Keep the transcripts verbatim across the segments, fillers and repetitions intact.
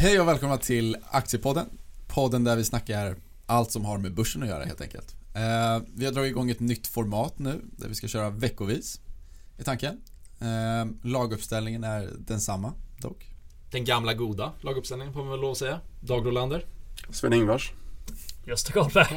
Hej och välkomna till Aktiepodden. Podden där vi snackar allt som har med börsen att göra helt enkelt. Eh, vi har dragit igång ett nytt format nu där vi ska köra veckovis i tanken. Eh, laguppställningen är densamma dock. Den gamla goda laguppställningen får man väl lov att säga. Dag Rolander, Sven Ingvars, Gösta Karlberg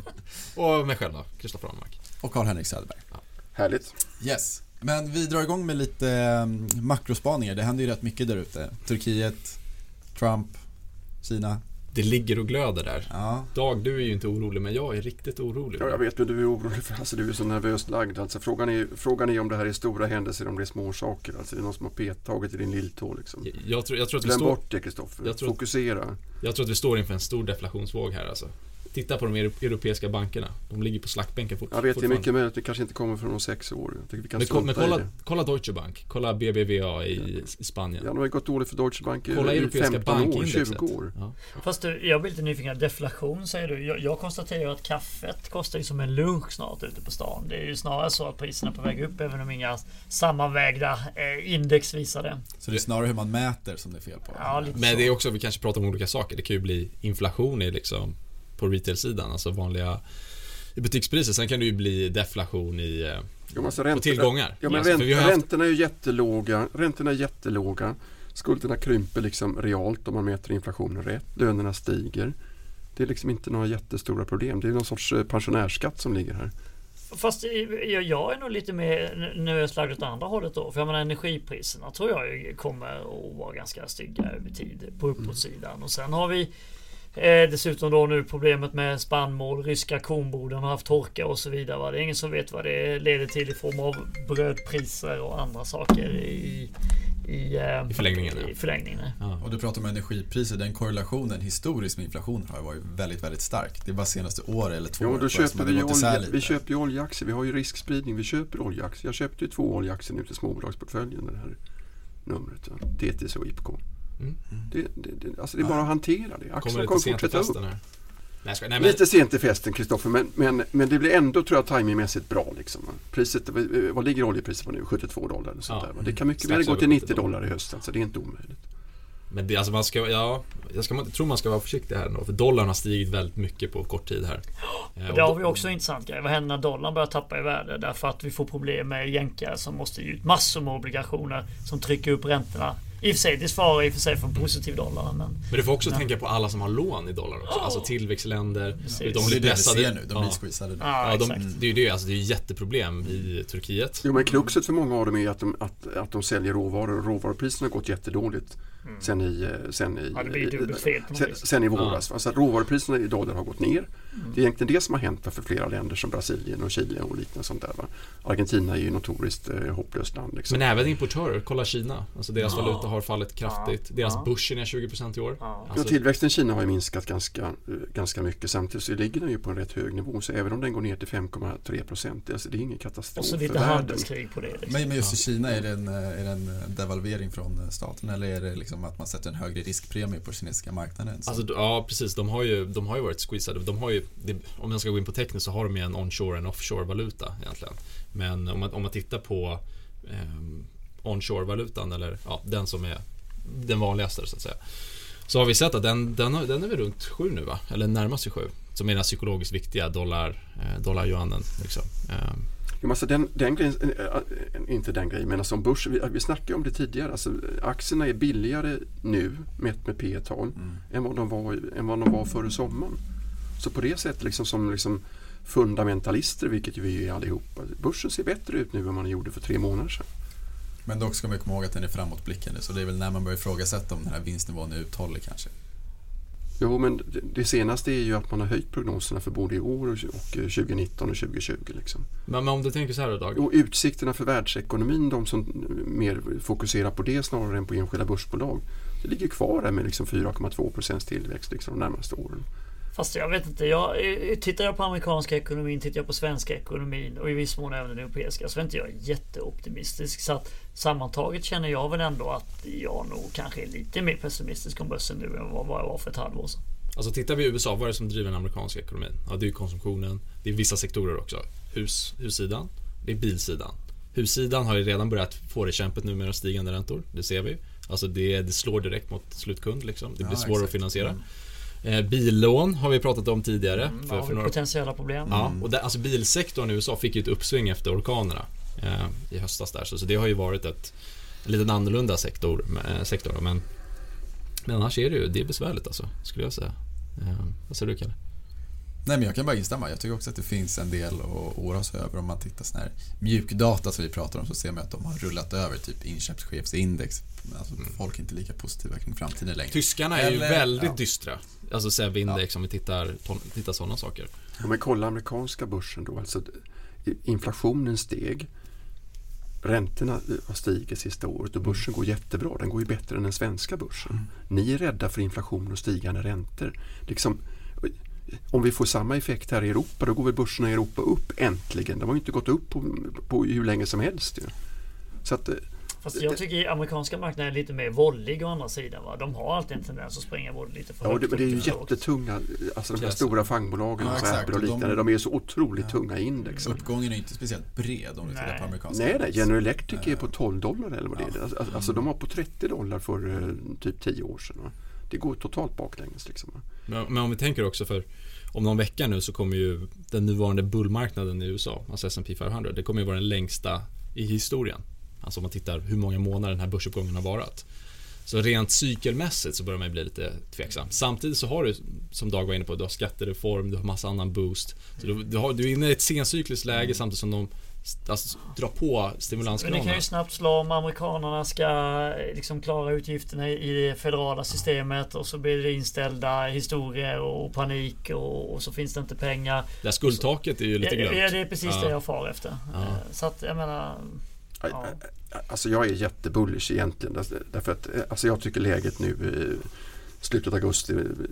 och mig själv då, Kristoffer Ranmark. Och Karl-Henrik Söderberg. Ja. Härligt. Yes. Men vi drar igång med lite um, makrospaningar. Det händer ju rätt mycket där ute. Turkiet, Trump, Kina. Det ligger och glöder där. Ja. Dag, du är ju inte orolig, men jag är riktigt orolig. Ja, jag vet, men du är orolig för alltså, du är så nervöst lagd. Alltså, frågan, är, frågan är om det här är stora händelser, om det är små saker. Alltså, det är någon som har pettagit i din lilltå. Liksom. Jag, jag, tror, jag tror att vi Glöm står... bort det, Kristoffer. Fokusera. Jag tror att vi står inför en stor deflationsvåg här. Alltså. Titta på de europeiska bankerna. De ligger på slaktbänken fort, Jag vet, det är mycket möjligt. Det kanske inte kommer från de sex år. Jag tycker vi kan men, men kolla, kolla Deutsche Bank. Kolla B B V A i, i Spanien. Ja, de har gått dåligt för Deutsche Bank kolla i femton år, tjugo år. Ja. Fast du, jag blir lite nyfiken. Deflation säger du. Jag, jag konstaterar att kaffet kostar ju som en lunch snart ute på stan. Det är ju snarare så att priserna är på väg upp, även om inga sammanvägda eh, index visar det. Så det är snarare hur man mäter som det är fel på. Ja, lite men så. det är också, vi kanske pratar om olika saker. Det kan ju bli inflation i liksom på retail-sidan, alltså vanliga i butikspriser. Sen kan det ju bli deflation i jo, alltså räntor, tillgångar. Ja, men alltså, ränt, haft... räntorna är ju jättelåga. Räntorna är jättelåga. Skulderna krymper liksom realt om man mäter inflationen rätt. Lönerna stiger. Det är liksom inte några jättestora problem. Det är någon sorts pensionärsskatt som ligger här. Fast jag, jag är nog lite mer nervös lagd åt andra hållet då. För jag menar, energipriserna tror jag kommer att vara ganska stygga över tid på uppåtsidan. Och sen har vi Eh, dessutom då nu problemet med spannmål, ryska kornborden har haft torka och så vidare. Va? Det är ingen som vet vad det leder till i form av brödpriser och andra saker i, i, eh, I förlängningen. I förlängningen. Ja. Och du pratar om energipriser, den korrelationen historiskt med inflationen har varit väldigt, väldigt stark. Det är bara senaste år eller två jo, år. Då köper vi, olja, vi lite. köper ju oljeaktier, vi har ju riskspridning, vi köper oljeaktier. Jag köpte ju två oljeaktier nu till småbolagsportföljen, det här numret, T T S och I P K. Mm. Det, det, det, alltså det är bara att hantera det. Aktierna kommer fortsätta upp. Nej, nej, men... Lite sent i festen, Kristoffer, men, men, men det blir ändå, tror jag, timingmässigt bra. Liksom. Priset, vad ligger oljepriset på nu? sjuttiotvå dollar eller sånt ja, där. Det kan mycket väl gå till nittio dollar i höst, alltså det är inte omöjligt. Men det, alltså man ska, ja, jag, ska, jag tror man ska vara försiktig här nu, för dollarn har stigit väldigt mycket på kort tid här. Och det har vi också intressant grej. Vad händer när dollarn börjar tappa i värde? Därför att vi får problem med jänkare som måste ge ut massor med obligationer som trycker upp räntorna. I och för sig, det svarar i och för sig för en positiv dollar. Men, men du får också men. tänka på alla som har lån i dollar också. Alltså tillväxtländer. Ja, de blir pressade nu, de blir squeezade. Ja, ja, de, det är ju det, alltså det är ju jätteproblem i Turkiet. Jo, men kruxet för många av dem är att de, att, att de säljer råvaror. Råvarupriserna har gått jättedåligt. Mm. Sen i, sen i, ja, det blir dubbelt fel sen, sen i våras. Ja. Alltså, råvarupriserna i dollar har gått ner. Mm. Det är egentligen det som har hänt för flera länder som Brasilien och Chile och liknande sånt där. Va? Argentina är ju notoriskt eh, hopplöst land. Liksom. Men även importörer, kolla Kina. Alltså deras ja. valuta har fallit kraftigt. Deras ja. börsen är tjugo procent i år. Ja. Alltså, ja, tillväxten i Kina har ju minskat ganska, ganska mycket. Samtidigt så ligger den ju på en rätt hög nivå. Så även om den går ner till fem komma tre procent, alltså det är ingen katastrof och så för lite världen. handelskrig på det. Liksom. Men, men just i Kina, är det, en, är det en devalvering från staten eller är det liksom att man sätter en högre riskpremie på kinesiska marknaden? Så? Alltså, ja, precis. De har ju, de har ju varit squeezade. De har ju, det, om man ska gå in på tekniskt så har de ju en onshore och en offshore-valuta egentligen. Men om man, om man tittar på eh, onshore-valutan, eller ja, den som är den vanligaste så att säga, så har vi sett att den, den, har, den är väl runt sju nu, va? Eller närmast sig sju. Som är den psykologiskt viktiga dollar, eh, dollar-yuanen liksom. Eh. Ja, alltså den, den grejen, äh, inte den grejen, men alltså börs, vi, vi snackade om det tidigare. Alltså, aktierna är billigare nu mätt med P E-tal mm. än, vad de var, än vad de var före sommaren. Så på det sättet liksom, som liksom fundamentalister, vilket vi är allihopa, börsen ser bättre ut nu än man gjorde för tre månader sedan. Men dock ska man komma ihåg att den är framåtblickande, så det är väl när man börjar ifrågasätta om den här vinstnivån är uthållig kanske. Jo, men det, det senaste är ju att man har höjt prognoserna för både i år och, och tjugonitton och tjugohundratjugo. Liksom. Men, men om du tänker så här då, Dag? Och utsikterna för världsekonomin, de som mer fokuserar på det snarare än på enskilda börsbolag, det ligger kvar där med liksom fyra komma två procent tillväxt liksom de närmaste åren. Fast jag vet inte, jag, tittar jag på amerikanska ekonomin, tittar jag på svenska ekonomin och i viss mån även den europeiska, så är inte jag jätteoptimistisk. Så att sammantaget känner jag väl ändå att jag nog kanske är lite mer pessimistisk om börsen nu än vad jag var för ett halvår sedan. Alltså tittar vi i U S A, vad är det som driver den amerikanska ekonomin? Ja, det är ju konsumtionen, det är vissa sektorer också. Hus, hussidan, det är bilsidan. Hussidan har ju redan börjat få det kämpet nu med de stigande räntor, det ser vi. Alltså det, det slår direkt mot slutkund liksom. Det blir Ja, svårare exakt. att finansiera. Mm. Eh, billån har vi pratat om tidigare. Mm, för, ja, för några... potentiella problem. Ja, och där, alltså bilsektorn i U S A fick ju ett uppsving efter orkanerna eh, i höstas där. Så, så det har ju varit ett en lite annorlunda sektor, eh, sektor men, men annars är det ju det är besvärligt alltså, skulle jag säga. Eh, vad säger du, Kalle? Nej, men jag kan bara instämma. Jag tycker också att det finns en del att oroa sig över. Om man tittar sån här mjukdata som vi pratar om, så ser man att de har rullat över typ inköpschefsindex. Alltså mm. folk är inte lika positiva kring framtiden längre. Tyskarna är Eller, ju väldigt ja. dystra. Alltså S E V-index Ja. om vi tittar, tittar sådana saker. Om vi kollar amerikanska börsen då, alltså inflationen steg, räntorna har stigit sista året och börsen går jättebra. Den går ju bättre än den svenska börsen. Mm. Ni är rädda för inflation och stigande räntor. Liksom, om vi får samma effekt här i Europa, då går väl börserna i Europa upp äntligen. De har ju inte gått upp på, på hur länge som helst. Ju. Så att, Fast jag tycker att amerikanska marknaden är lite mer vållig å andra sidan. Va? De har alltid en tendens att springa både lite för ja, högt. det, men det är ju och jättetunga, alltså de här Yes. stora fangbolagen Ja, och exakt. Apple och Och de- liknande, de är så otroligt Ja. tunga index. Uppgången är inte speciellt bred om du tittar Nej. på amerikanska. Nej, nej, index. General Electric är Ja. på tolv dollar eller vad det är. Ja. Alltså, alltså de har på trettio dollar för eh, typ tio år sedan. Va? Det går totalt baklänges liksom. Va? Men, men om vi tänker också för om någon vecka nu så kommer ju den nuvarande bullmarknaden i U S A, alltså S and P femhundra, det kommer ju vara den längsta i historien. Alltså om man tittar hur många månader den här börsuppgången har varit. Så rent cykelmässigt så börjar man bli lite tveksam. Samtidigt så har du, som Dag var inne på, du har skattereform, du har massa annan boost. Så du, du, har, du är inne i ett sencykliskt läge samtidigt som de alltså, drar på Men det stimulanskranar. kan ju snabbt slå om amerikanerna ska liksom klara utgifterna i det federala systemet och så blir det inställda historier och panik och, och så finns det inte pengar. Det här skuldtaket är ju lite glömt. Ja, det är precis Ja. det jag far efter. Ja. Så att jag menar... Ja. Alltså jag är jättebullish egentligen. Därför att alltså jag tycker läget nu slutet av augusti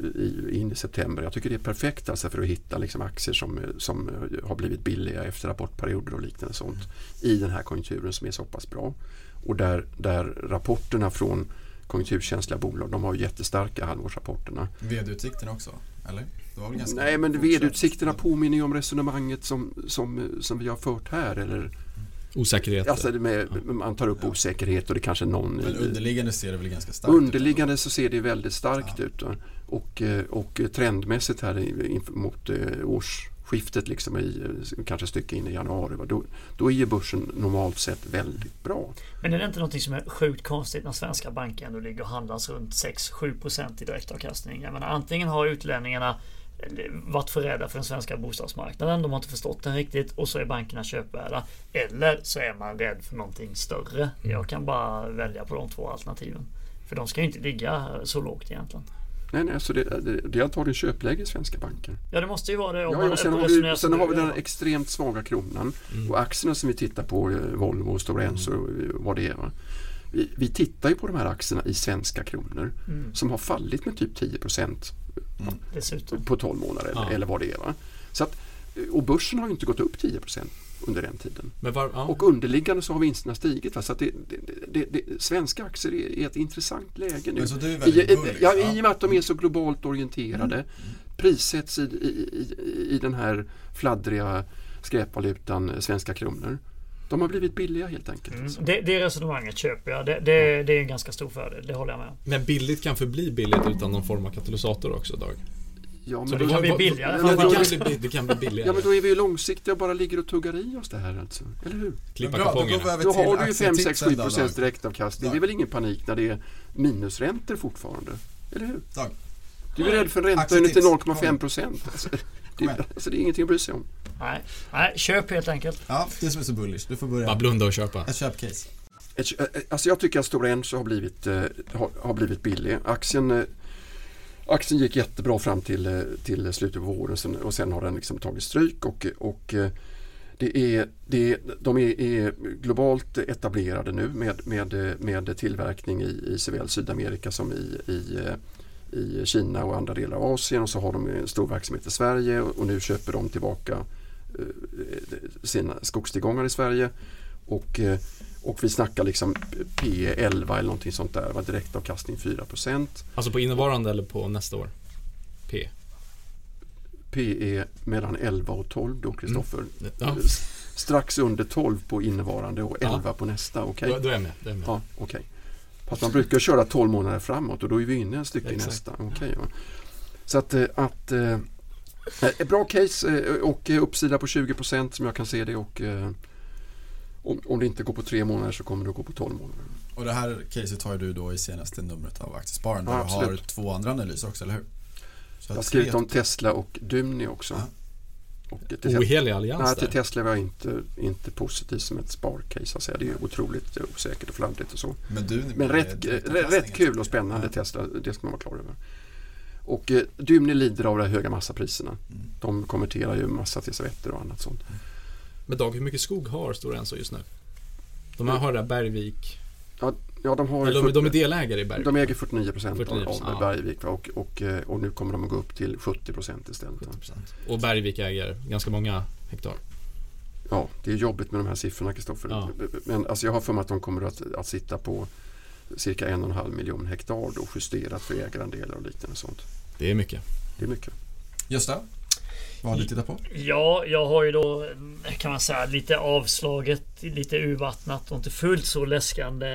in i september. Jag tycker det är perfekt alltså för att hitta liksom aktier som, som har blivit billiga efter rapportperioder och liknande sånt i den här konjunkturen som är så pass bra. Och där, där rapporterna från konjunkturkänsliga bolag, de har ju jättestarka halvårsrapporterna. V D-utsikten också, eller? Det var väl ganska Nej, men fortsatt. V D-utsikterna påminner ju om resonemanget som, som, som vi har fört här. Eller, Osäkerhet. alltså med, man tar upp osäkerhet och det kanske någon... Men underliggande ser det väl ganska starkt Underliggande ut. så ser det väldigt starkt Ja. ut. Va? Och, och trendmässigt här i- mot eh, årsskiftet liksom i, eh, kanske stycke in i januari. Va? Då, då är ju börsen normalt sett väldigt bra. Men är det inte något som är sjukt konstigt när svenska banker ändå ligger och handlas runt sex till sju procent i direktavkastning? Jag menar, antingen har utlänningarna varit för rädda för den svenska bostadsmarknaden, de har inte förstått den riktigt och så är bankerna köpvärda. Eller så är man rädd för någonting större. Jag kan bara välja på de två alternativen. För de ska ju inte ligga så lågt egentligen. Nej, nej, så det, det, det är antagligen köpläge i svenska banker. Ja, det måste ju vara det. Om Ja, man ja, sen har resonerar vi, som sen har vi du den gör. extremt svaga kronan. Mm. Och aktierna som vi tittar på, eh, Volvo, Stora Enso, eh, vad det är. Va? Vi, vi tittar ju på de här aktierna i svenska kronor Mm. som har fallit med typ tio procent Dessutom. på tolv månader eller, Ja. eller vad det är. Va? Så att, och börsen har ju inte gått upp tio procent under den tiden. Men var, ja. Och underliggande så har vinsterna stigit. Va? Så att det, det, det, det, svenska aktier är i ett intressant läge nu. Men så du är I, väldigt i, bullish, ja, ja. I och med att de är så globalt orienterade. Prissätts i, i, i, i den här fladdriga skräpvalutan svenska kronor. De har blivit billiga helt enkelt. Mm. Det, det resonemanget köper jag. Det, det, det är en ganska stor fördel. Det håller jag med om. Men billigt kan förbli billigt utan någon form av katalysator också, Dag. Ja, Så men det då, kan bli vad- billigare. Ja, det, framförallt. kan bli, det kan bli billigare. ja, men då är vi ju långsiktiga och bara ligger och tuggar i oss det här alltså. Eller hur? Klippa Men bra, då går vi kupongerna. över Då till har du ju fem, sex, aktietipsen sju då, procents Dag. direktavkastning. Dag. Det är väl ingen panik när det är minusräntor fortfarande? Eller hur? Dag. Du är rädd för en ränta Aktietips. till noll komma fem procent. Alltså, Kom det, igen. alltså, det är ingenting att bry sig om. Nej, Nej köp helt enkelt. Ja, det som är så bullish. Du får börja. Bara blunda och köpa. Ett köpcase. Ett, eh, alltså jag tycker att Stora Enso har blivit, eh, har, har blivit billig. Aktien, eh, aktien gick jättebra fram till, eh, till slutet av våren sen, och sen har den liksom tagit stryk. Och, och eh, det är, det är, de är, är globalt etablerade nu med, med, med tillverkning i, i såväl Sydamerika som i, i, eh, i Kina och andra delar av Asien. Och så har de en stor verksamhet i Sverige och, och nu köper de tillbaka eh, sina skogstillgångar i Sverige. Och eh, Och vi snackar liksom P E elva eller någonting sånt där. Var direktavkastning fyra procent. Alltså på innevarande eller på nästa år? P. P E mellan elva och tolv då, Kristoffer. Ja. Strax under tolv på innevarande och elva Ja. på nästa. Okej. Då, då är jag med. Då är jag med. Ja, okej. Fast man brukar köra tolv månader framåt och då är vi inne en stycke i nästa. Okay, ja. Så att, att eh, ett bra case eh, och uppsida på tjugo procent som jag kan se det och eh, om, om det inte går på tre månader så kommer det att gå på tolv månader. Och det här caset har du då i senaste numret av Aktiespararen. Ja, du har två andra analyser också, eller hur? Så jag har skrivit tre... om Tesla och Dymni också. Ja. Ohelig allians. Nej, till Tesla var jag inte, inte positiv som ett sparcase. Alltså. Det är ju otroligt osäkert och fladdigt och så. Men, du, Men rätt, rätt kul och spännande ja. Tesla, det ska man vara klar över. Och eh, Dymni lider av de höga massapriserna. Mm. De konverterar ju massa till svetter och annat sånt. Mm. Men Dag, hur mycket skog har Stora Enso just nu? De här har där Bergvik. Ja, ja, de har Eller de, de är delägare i Bergvik. De äger fyrtionio procent fyrtionio av, av Bergvik och, och, och nu kommer de att gå upp till sjuttio procent istället. sjuttio procent. Och Bergvik äger ganska många hektar. Ja, det är jobbigt med de här siffrorna, Kristoffer. Ja. Men alltså, jag har för mig att de kommer att, att sitta på cirka en och en halv miljon hektar då, justerat för ägarandelar och liknande sånt. Det är mycket. Det är mycket. Gösta, vad har du tittat på? Ja, jag har ju då, kan man säga, lite avslaget, lite urvattnat och inte fullt så läskande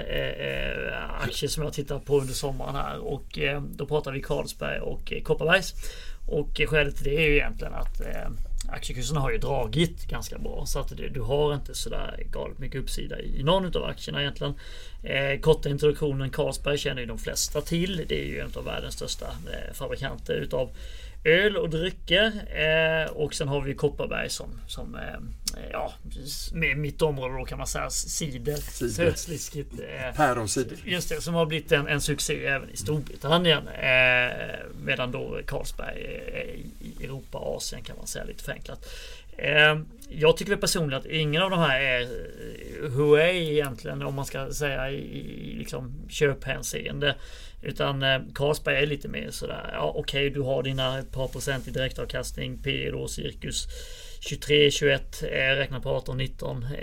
eh, aktier som jag tittar på under sommaren här. Och eh, då pratar vi Carlsberg och eh, Kopparbergs. Och eh, skälet till det är ju egentligen att eh, aktiekurserna har ju dragit ganska bra. Så att det, du har inte sådär galet mycket uppsida i, i någon av aktierna egentligen. Eh, korta introduktionen, Carlsberg känner ju de flesta till. Det är ju en av världens största eh, fabrikanter utav öl och drycker eh, och sen har vi Kopparberg som, som eh, ja, med mitt område då kan man säga cider, sötsliskigt eh, päronsider. Just det, som har blivit en, en succé även i Storbritannien eh, medan då Carlsberg är i Europa och Asien kan man säga lite förenklat. Eh, jag tycker personligen att ingen av de här är Huawei egentligen om man ska säga i, i liksom köphänseende. Utan eh, Carlsberg är lite mer sådär, ja okej okay, du har dina par procent i direktavkastning, P E då cirkus tjugotre tjugoett, eh, räknar på arton nitton. Eh,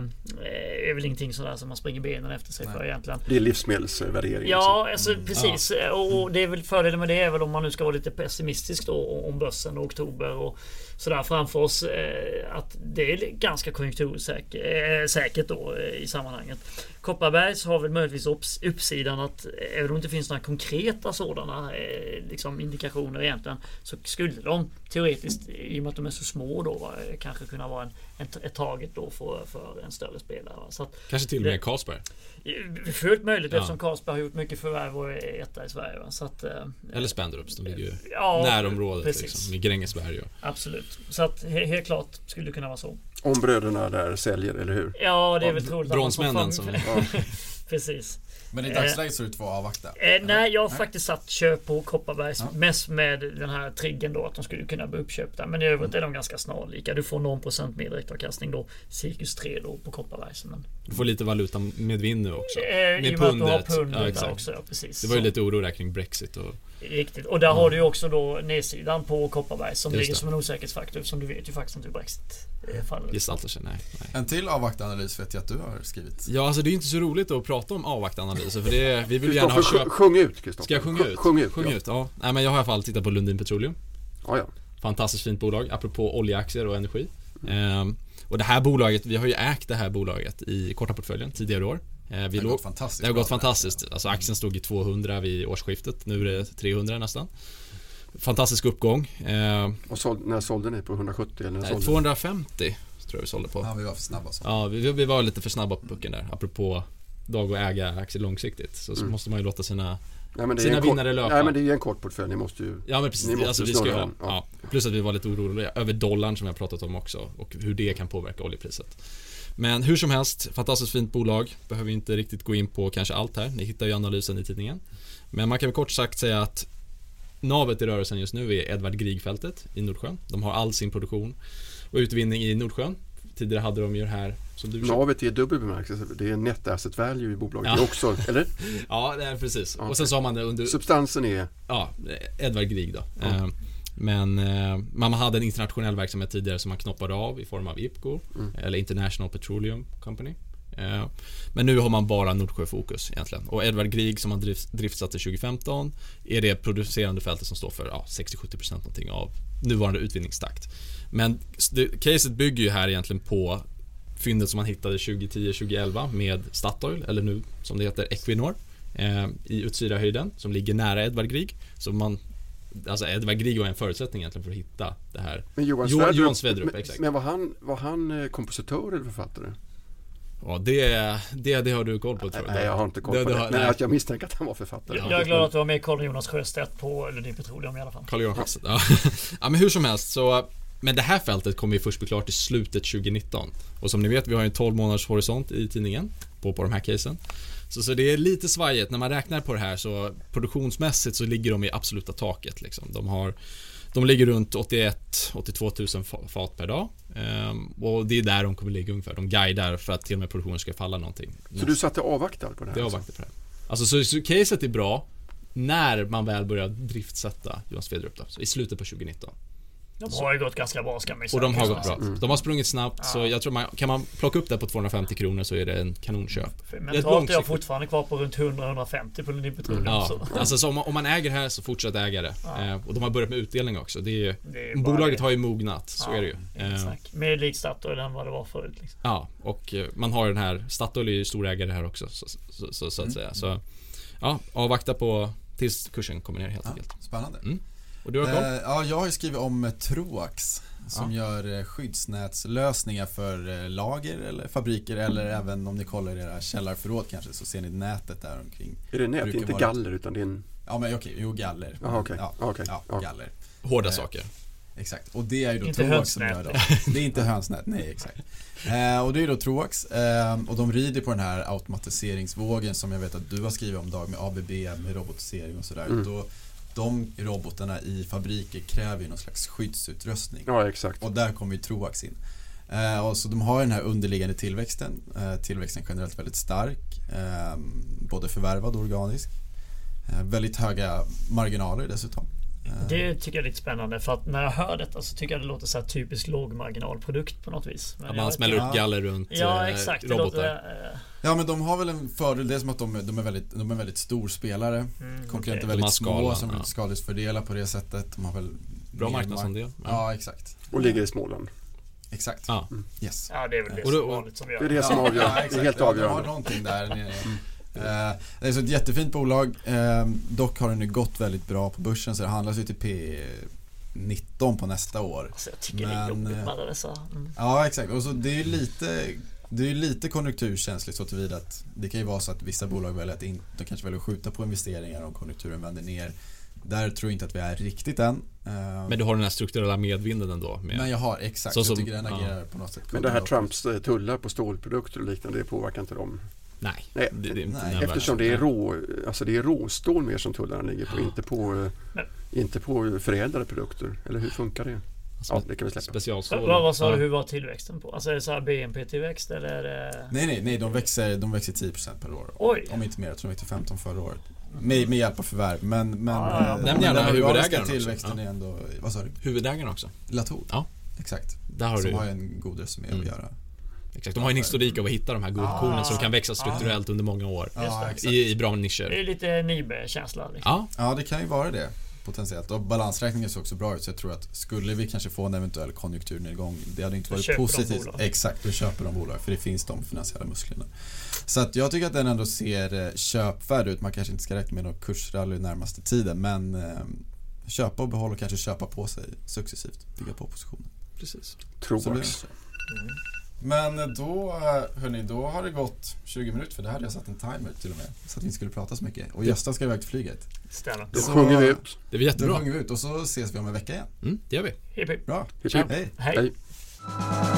är väl ingenting sådär som man springer benen efter sig Nej. för egentligen. Det är livsmedelsvärdering. Ja, alltså, mm. precis. Ja. Och det är väl fördelen med det är väl om man nu ska vara lite pessimistisk då om börsen och oktober och sådär framför oss eh, att det är ganska konjunktursäkert då eh, i sammanhanget. Kopparbergs har väl möjligtvis upps, uppsidan att även om det inte finns några konkreta sådana eh, liksom indikationer egentligen så skulle de teoretiskt i och med att de är så små då kanske kunna vara en, en, ett taget då för, för en större spelare. Så att kanske till och med Carlsberg. Fullt möjligt ja. eftersom Carlsberg har gjort mycket förvärv och är etta i Sverige. Va? Så att, eller Spendrups, de ligger ju ja, närområdet liksom, i Grängesberg. Och. Absolut. Så att he- helt klart skulle det kunna vara så. Om bröderna där säljer, eller hur? Ja, det är väl troligt. Bronsmännen som... Ja. Precis. Men i dagsläget så är det två avvakta. Eh, nej, jag har nej. faktiskt satt köp på Kopparbergs ja. mest med den här triggen då att de skulle kunna bli uppköpta. Men i övrigt mm. är de ganska snarlika. Du får noll procent mer direktavkastning då. Cirkus tre då på Kopparbergs. Men... Du får lite valuta med vind nu också. Eh, med I och med pundet. Att du har pundet ja, där också. Ja, precis. Det var ju lite oro där kring Brexit. Och... Riktigt. Och där mm. har du ju också då nedsidan på Kopparbergs som Just ligger det. som en osäkerhetsfaktor som du vet ju faktiskt inte hur Brexit faller. Gestaltar sig, nej, nej. En till avvaktanalys vet jag att du har skrivit. Ja, alltså det är inte så roligt att prata om avvaktanalyser för det, vi vill gärna ha köp... Sjung ut, Kristoffer. Ska jag sjunga ut? Sjung ut, sjung ja. ut ja. Nej, men jag har i alla fall tittat på Lundin Petroleum. Ja, ja. Fantastiskt fint bolag, apropå oljeaktier och energi. Mm. Ehm, och det här bolaget, vi har ju ägt det här bolaget i korta portföljen tidigare år. Ehm, vi det har låg, gått fantastiskt. Det har gått fantastiskt. Alltså aktien stod i tvåhundra vid årsskiftet, nu är det trehundra nästan. Fantastisk uppgång. Ehm, och såld, när sålde ni på hundrasjuttio? Eller när nej, tvåhundrafemtio tror jag vi sålde på. Ja, vi var för snabba. Så. Ja, vi, vi var lite för snabba på pucken där. Apropå dag och äga aktier långsiktigt. Så, mm. så måste man ju låta sina, nej, men sina vinnare kort, löpa. Nej, men det är ju en kort portfölj. Ni måste ju... Ja, men precis. Ni måste alltså, vi ska ha, ja. Ja. Plus att vi var lite oroliga över dollarn som jag pratat om också. Och hur det kan påverka oljepriset. Men hur som helst, fantastiskt fint bolag. Behöver inte riktigt gå in på kanske allt här. Ni hittar ju analysen i tidningen. Men man kan väl kort sagt säga att navet i rörelsen just nu är Edvard Grieg-fältet i Nordsjön. De har all sin produktion och utvinning i Nordsjön. Tidigare hade de ju det här som du navet är dubbel bemärkelse. Det är net asset value i bolaget ja. också, eller? Ja, det är precis. Okay. Och sen så har man det under... Substansen är... Ja, Edvard Grieg då. Mm. Men man hade en internationell verksamhet tidigare som man knoppade av i form av I P C O mm. eller International Petroleum Company. Men nu har man bara Nordsjöfokus egentligen. Och Edvard Grieg som man drift, driftsatte tjugo femton är det producerande fältet som står för ja, sextio till sjuttio procent någonting av nuvarande utvinningstakt. Men det, caset bygger ju här egentligen på fyndet som man hittade tjugo tio tjugo elva med Statoil, eller nu som det heter Equinor eh, i Utsira-höjden som ligger nära Edvard Grieg. Så man, alltså Edvard Grieg var en förutsättning egentligen för att hitta det här. Men Johan Jo- Sverdrup, Johan Sverdrup, men, exakt. men var han, var han eh, kompositör eller författare? Ja, det, det, det har du koll på, tror jag. Nej, jag har inte koll Det- på det det. har- Men nej. att jag misstänker att han var författare. Jag är glad att du har med Carl Jonas Sjöstedt på Lundin Petroleum i alla fall. Carl-Johan Sjöstedt. Ja. Ja, men hur som helst så, men det här fältet kommer ju först bli klart i slutet tjugonitton. Och som ni vet, vi har en tolv månaders horisont i tidningen på, på de här casen. Så, så det är lite svajigt när man räknar på det här, så produktionsmässigt så ligger de i absoluta taket liksom. De har De ligger runt åttioett till åttiotvå tusen fat per dag. Ehm, och det är där de kommer ligga ungefär. De guidar för att till och med produktionen ska falla någonting. Så du satt och avvaktade på det här? Det är avvaktar på det här. Alltså så, så caset är bra när man väl börjar driftsätta Johan Sverdrup då, så i slutet på tjugonitton. De har ju gått ganska bra, ska man säga. Och de har gått bra. Mm. De har sprungit snabbt, Ja. så jag tror man, kan man plocka upp det på tvåhundrafemtio kronor så är det en kanonköp. För Det är ett mentalt är jag långsiktigt- fortfarande kvar på runt hundra till hundrafemtio på Lundin Petroleum. Ja, Så. alltså så om, man, om man äger det här så fortsätt äga det. Ja. Eh, och de har börjat med utdelning också. Det är, Det är bara bolaget det. har ju mognat, så Ja, är det ju. inget Eh, snack. Mer likt Statoil än vad det var förut. Liksom. Ja, och eh, man har den här, Statoil är ju storägare här också, så, så, så, så att säga. Så ja, avvakta på tills kursen kommer ner helt Ja, enkelt. spännande. Mm. Och du har koll? Eh, ja, jag har ju skrivit om eh, Troax som Ja. gör eh, skyddsnätslösningar för eh, lager eller fabriker eller även om ni kollar era källarförråd kanske så ser ni nätet där omkring. Är det nät? brukar Inte vara- galler utan det är en... Ja, men okej, jo galler. Jaha, okej. Ja, Okej. ja, Ja. galler. Hårda eh, saker. Exakt, och det är ju då Inte Troax som hönsnät. gör det. Det är inte hönsnät, nej exakt. Eh, och det är ju då Troax eh, och de rider på den här automatiseringsvågen som jag vet att du har skrivit om Dag med A B B, med robotisering och sådär. Mm. Då, de robotarna i fabriker kräver ju någon slags skyddsutrustning. Ja, exakt. Och där kommer ju Troax in. Eh, och så de har den här underliggande tillväxten. Eh, tillväxten generellt väldigt stark. Eh, både förvärvad och organisk. Eh, väldigt höga marginaler dessutom. Eh, Det tycker jag är lite spännande, för att när jag hör detta så tycker jag det låter så här typisk lågmarginalprodukt på något vis. Men Ja, jag man vet smäller inte. upp galler runt Ja, eh, exakt. Det robotar. låter, eh, Ja, men de har väl en fördel. Det är som att de, de, är, väldigt, de är en väldigt stor spelare. mm, Konkurrenter okej. är De väldigt har små skalan, som ja. vill skadesfördela på det sättet. De har väl Bra mer marknadsandel. mark- Ja. Ja, exakt. Och ligger i Småland. Exakt. Ja. Yes. Ja, det är väl det Och som då- vanligt som vi Det är gör. det som avgör. Ja, Det är exakt. helt Ja, de har avgörande. någonting där nere. Eh, det är så ett jättefint bolag. Eh, dock har det nu gått väldigt bra på börsen så det handlas ju till P nitton på nästa år. Alltså, jag tycker det Men, är jobbigt eh, med alla dessa. Mm. Ja, exakt. Och så det är ju lite det är ju lite konjunkturkänsligt så tillvida att det kan ju vara så att vissa bolag väljer att in, de kanske väljer att skjuta på investeringar om konjunkturen vänder ner. Där tror jag inte att vi är riktigt än. Eh, Men du har den här strukturella medvinden ändå med. men jag har exakt. Så jag som- tycker den ja. agerar på något sätt. Men det här Trumps eh, tullar på stålprodukter och liknande, det påverkar inte dem. Nej, Nej, det, det är inte nej, nämnvärt. Eftersom det är rå, alltså det är råstål mer som tullarna ligger på, Ja. inte på, eh, Men- inte på förädlade produkter. Eller hur funkar det? Ja, det kan vi släppa. Specialstål. Vad, vad sa Ja. du, hur var tillväxten på? Alltså är det så här B N P-tillväxt eller är det... Nej, nej, nej. De växer, de växer tio procent per år. Oj! Om inte mer. Jag tror de växte femton förra året. Med, med hjälp av förvärv. Men, men, Ja, ja, ja. eh, Nämn gärna den huvudägaren organiska också. tillväxten Ja. är ändå, vad sa du? Huvudägaren också. Latour. Ja. Exakt. Där har Som du har ju en god resumé Mm. att göra. exakt. De har ju en historik av att hitta de här guldkornen Ah. som kan växa strukturellt under många år. Ja, det. exakt. I, I bra Det nischer. är lite Nibe-känsla. Liksom. Ja, Ja, det kan ju vara det potentiellt. Och balansräkningen ser också bra ut så jag tror att skulle vi kanske få en eventuell konjunkturnedgång, det hade inte Då varit köper de positivt. bolag. Exakt, då köper de bolag för det finns de finansiella musklerna. Så att jag tycker att den ändå ser eh, köpvärd ut. Man kanske inte ska räkna med någon kursrally närmaste tiden men eh, köpa och behålla och kanske köpa på sig successivt. Bygga på positionen. precis. Så blir det Troax. så. Men då, hörni, då har det gått tjugo minuter för det hade jag satt en timer till och med. Så att vi inte skulle prata så mycket. Och Gösta ska iväg till flyget. Stämmer. Då Så- sjunger vi ut. Det blir Då jättebra. sjunger vi ut och så ses vi om en vecka igen. Mm, det gör vi. Hipp, hipp. Bra. Hipp, Ciao. hipp. Hej. Hej. Hej.